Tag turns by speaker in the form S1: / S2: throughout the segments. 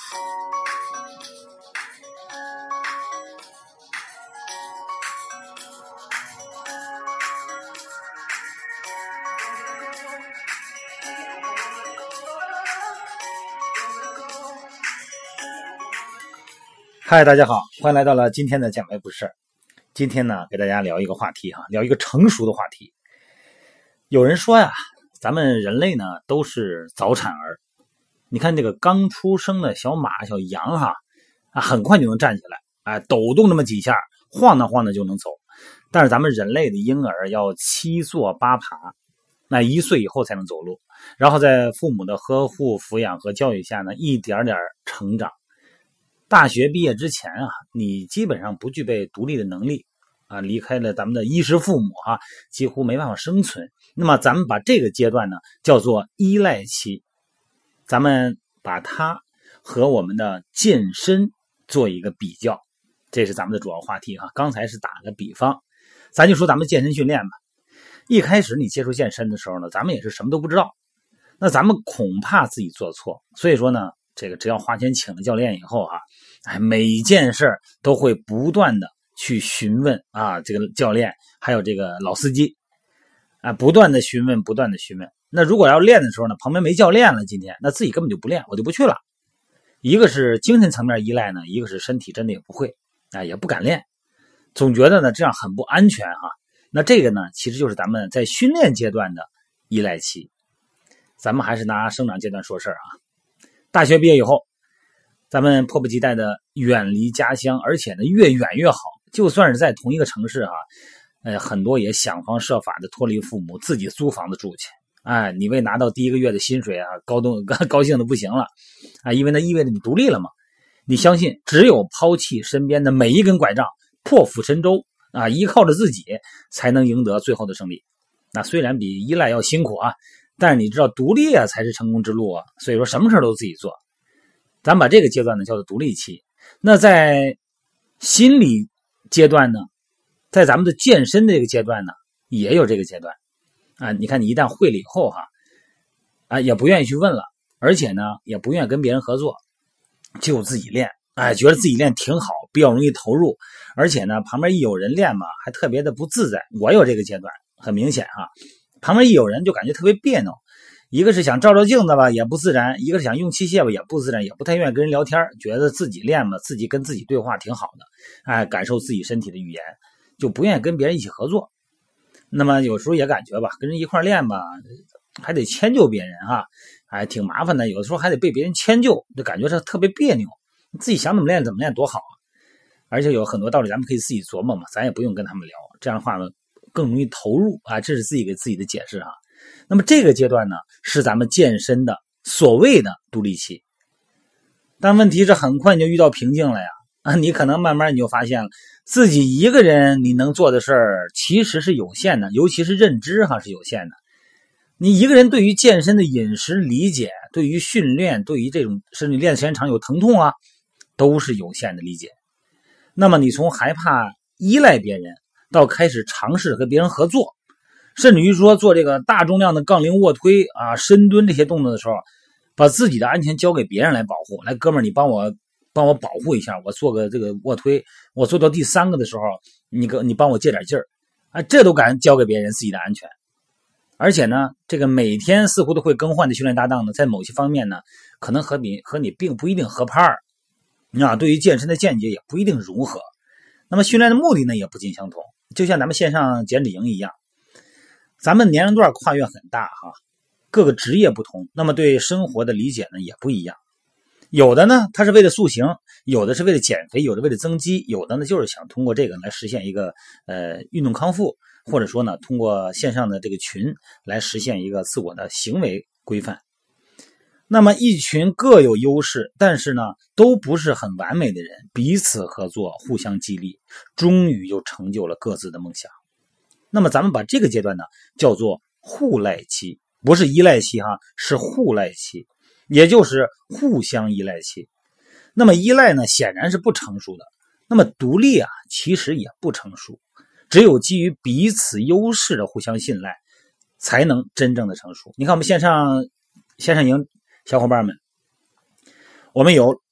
S1: 嗨，大家好，欢迎来到了今天的讲白不是。今天呢，给大家聊一个话题聊一个成熟的话题。有人说呀，咱们人类呢都是早产儿。你看这个刚出生的小马、小羊很快就能站起来，抖动那么几下，晃荡晃荡就能走。但是咱们人类的婴儿要7坐8爬，那1岁以后才能走路，然后在父母的呵护、抚养和教育下呢，一点点成长。大学毕业之前你基本上不具备独立的能力离开了咱们的衣食父母几乎没办法生存。那么咱们把这个阶段呢叫做依赖期，咱们把它和我们的健身做一个比较，这是咱们的主要话题刚才是打个比方，咱就说咱们健身训练吧。一开始你接触健身的时候呢，咱们也是什么都不知道，那咱们恐怕自己做错，所以说呢，这个只要花钱请了教练以后每一件事都会不断的去询问这个教练还有这个老司机不断的询问。那如果要练的时候呢，旁边没教练了，今天那自己根本就不练，我就不去了。一个是精神层面依赖呢，一个是身体真的也不会也不敢练，总觉得呢这样很不安全那这个呢其实就是咱们在训练阶段的依赖期。咱们还是拿生长阶段说事大学毕业以后，咱们迫不及待的远离家乡，而且呢越远越好。就算是在同一个城市很多也想方设法的脱离父母，自己租房子住去。你为拿到第一个月的薪水高兴的不行了因为那意味着你独立了嘛。你相信只有抛弃身边的每一根拐杖，破釜沉舟依靠着自己才能赢得最后的胜利。那虽然比依赖要辛苦但是你知道独立才是成功之路所以说什么事都自己做。咱把这个阶段呢叫做独立期。那在心理阶段呢，在咱们的健身的这个阶段呢，也有这个阶段你看你一旦会了以后也不愿意去问了，而且呢也不愿意跟别人合作，就自己练觉得自己练挺好，比较容易投入，而且呢旁边一有人练嘛还特别的不自在。我有这个阶段很明显旁边一有人就感觉特别别扭，一个是想照照镜子吧也不自然，一个是想用器械吧也不自然，也不太愿意跟人聊天，觉得自己练吧自己跟自己对话挺好的感受自己身体的语言，就不愿意跟别人一起合作。那么有时候也感觉吧跟人一块练吧还得迁就别人还挺麻烦的，有的时候还得被别人迁就，就感觉是特别别扭。你自己想怎么练怎么练多好而且有很多道理咱们可以自己琢磨嘛，咱也不用跟他们聊，这样的话呢更容易投入这是自己给自己的解释那么这个阶段呢是咱们健身的所谓的独立期。但问题是很快你就遇到瓶颈了你可能慢慢你就发现了自己一个人你能做的事儿其实是有限的，尤其是认知是有限的。你一个人对于健身的饮食理解，对于训练，对于这种甚至练时间长有疼痛都是有限的理解。那么你从害怕依赖别人到开始尝试和别人合作，甚至于说做这个大重量的杠铃卧推深蹲这些动作的时候，把自己的安全交给别人来保护。来哥们儿，你帮我保护一下，我做个这个卧推，我做到第3个的时候你帮我借点劲儿这都敢交给别人自己的安全。而且呢这个每天似乎都会更换的训练搭档呢，在某些方面呢可能和你并不一定合拍对于健身的见解也不一定融合，那么训练的目的呢也不尽相同。就像咱们线上减脂营一样，咱们年龄段跨越很大各个职业不同，那么对生活的理解呢也不一样。有的呢他是为了塑形，有的是为了减肥，有的为了增肌，有的呢就是想通过这个来实现一个运动康复，或者说呢通过线上的这个群来实现一个自我的行为规范。那么一群各有优势，但是呢都不是很完美的人，彼此合作，互相激励，终于就成就了各自的梦想。那么咱们把这个阶段呢叫做互赖期，不是依赖期是互赖期，也就是互相依赖期。那么依赖呢显然是不成熟的，那么独立其实也不成熟，只有基于彼此优势的互相信赖才能真正的成熟。你看我们线上营小伙伴们，我们有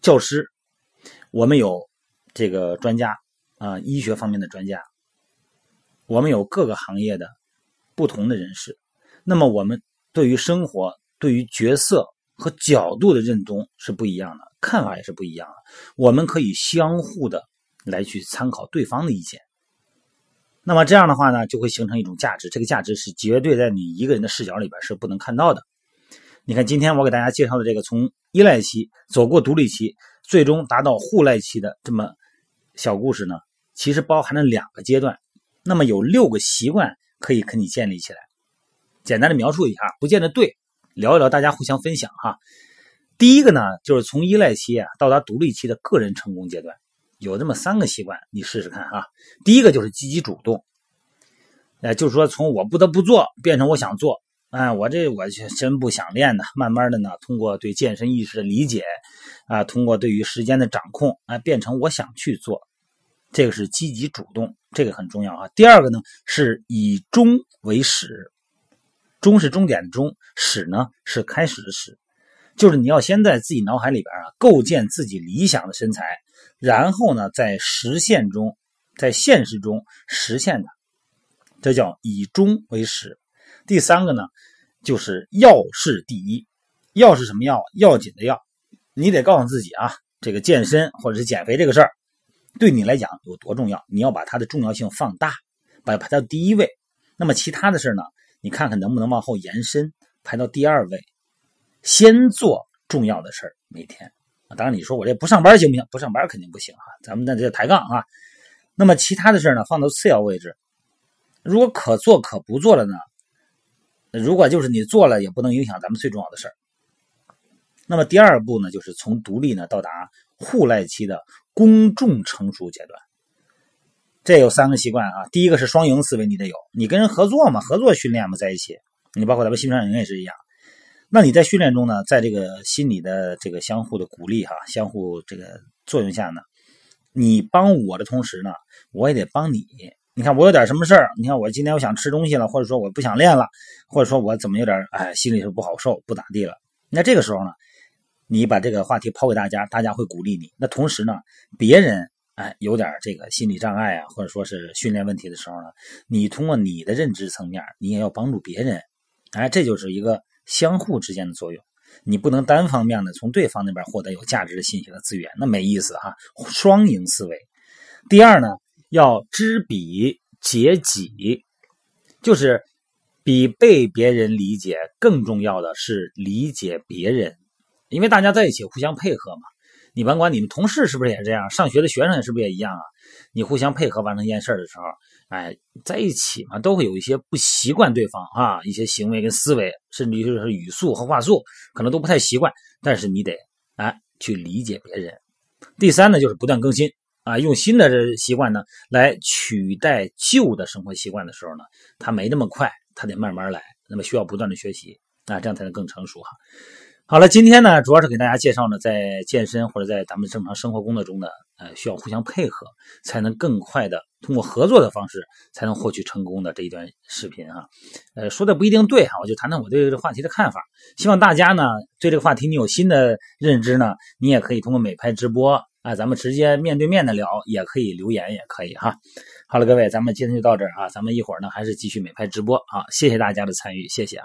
S1: 教师，我们有这个专家医学方面的专家，我们有各个行业的不同的人士。那么我们对于生活、对于角色和角度的认同是不一样的，看法也是不一样的。我们可以相互的来去参考对方的意见。那么这样的话呢，就会形成一种价值，这个价值是绝对在你一个人的视角里边是不能看到的。你看今天我给大家介绍的这个从依赖期走过独立期，最终达到互赖期的这么小故事呢，其实包含了2个阶段，那么有6个习惯可以跟你建立起来。简单的描述一下，不见得对，聊一聊，大家互相分享哈。第一个呢，就是从依赖期到达独立期的个人成功阶段，有这么3个习惯，你试试看啊。第一个就是积极主动，就是说从我不得不做变成我想做，我真不想练的，慢慢的呢，通过对健身意识的理解通过对于时间的掌控变成我想去做，这个是积极主动，这个很重要啊。第二个呢是以终为始，终是终点的终，始呢是开始的始，就是你要先在自己脑海里边构建自己理想的身材，然后呢在实现中，在现实中实现的，这叫以终为始。第3个呢就是要事第一，要是什么要？要紧的要，你得告诉自己这个健身或者是减肥这个事儿对你来讲有多重要，你要把它的重要性放大，把它到第一位。那么其他的事呢，你看看能不能往后延伸，排到第2位。先做重要的事儿，每天。当然你说我这不上班行不行？不上班肯定不行咱们这抬杠那么其他的事呢，放到次要位置。如果可做可不做了呢？如果就是你做了也不能影响咱们最重要的事儿。那么第2步呢，就是从独立呢到达互赖期的公众成熟阶段。这有3个习惯第一个是双赢思维，你得有，你跟人合作嘛，合作训练嘛，在一起，你包括咱们新创营也是一样。那你在训练中呢，在这个心理的这个相互的鼓励相互这个作用下呢，你帮我的同时呢，我也得帮你。你看我有点什么事儿，你看我今天我想吃东西了，或者说我不想练了，或者说我怎么有点心里是不好受，不咋地了。那这个时候呢，你把这个话题抛给大家，大家会鼓励你。那同时呢，别人有点这个心理障碍或者说是训练问题的时候呢，你通过你的认知层面，你也要帮助别人。这就是一个相互之间的作用。你不能单方面的从对方那边获得有价值的信息和资源，那没意思双赢思维。第2呢，要知彼解己，就是比被别人理解更重要的是理解别人。因为大家在一起互相配合嘛，你甭管你们同事是不是也这样，上学的学生是不是也一样你互相配合完成一件事的时候在一起嘛，都会有一些不习惯对方一些行为跟思维，甚至于是语速和话术可能都不太习惯，但是你得去理解别人。第3呢，就是不断更新用新的习惯呢来取代旧的生活习惯的时候呢，它没那么快，它得慢慢来，那么需要不断的学习这样才能更成熟好了，今天呢主要是给大家介绍呢，在健身或者在咱们正常生活工作中呢需要互相配合，才能更快的通过合作的方式才能获取成功的这一段视频说的不一定对我就谈谈我对这个话题的看法。希望大家呢对这个话题你有新的认知呢，你也可以通过美拍直播咱们直接面对面的聊，也可以留言，也可以好了，各位，咱们今天就到这儿咱们一会儿呢还是继续美拍直播谢谢大家的参与，谢谢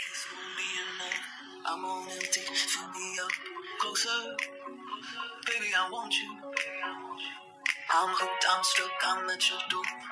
S1: I'm on empty, fill me up closer. Baby, I want you. I'm hooked, I'm stuck, I'm at your door.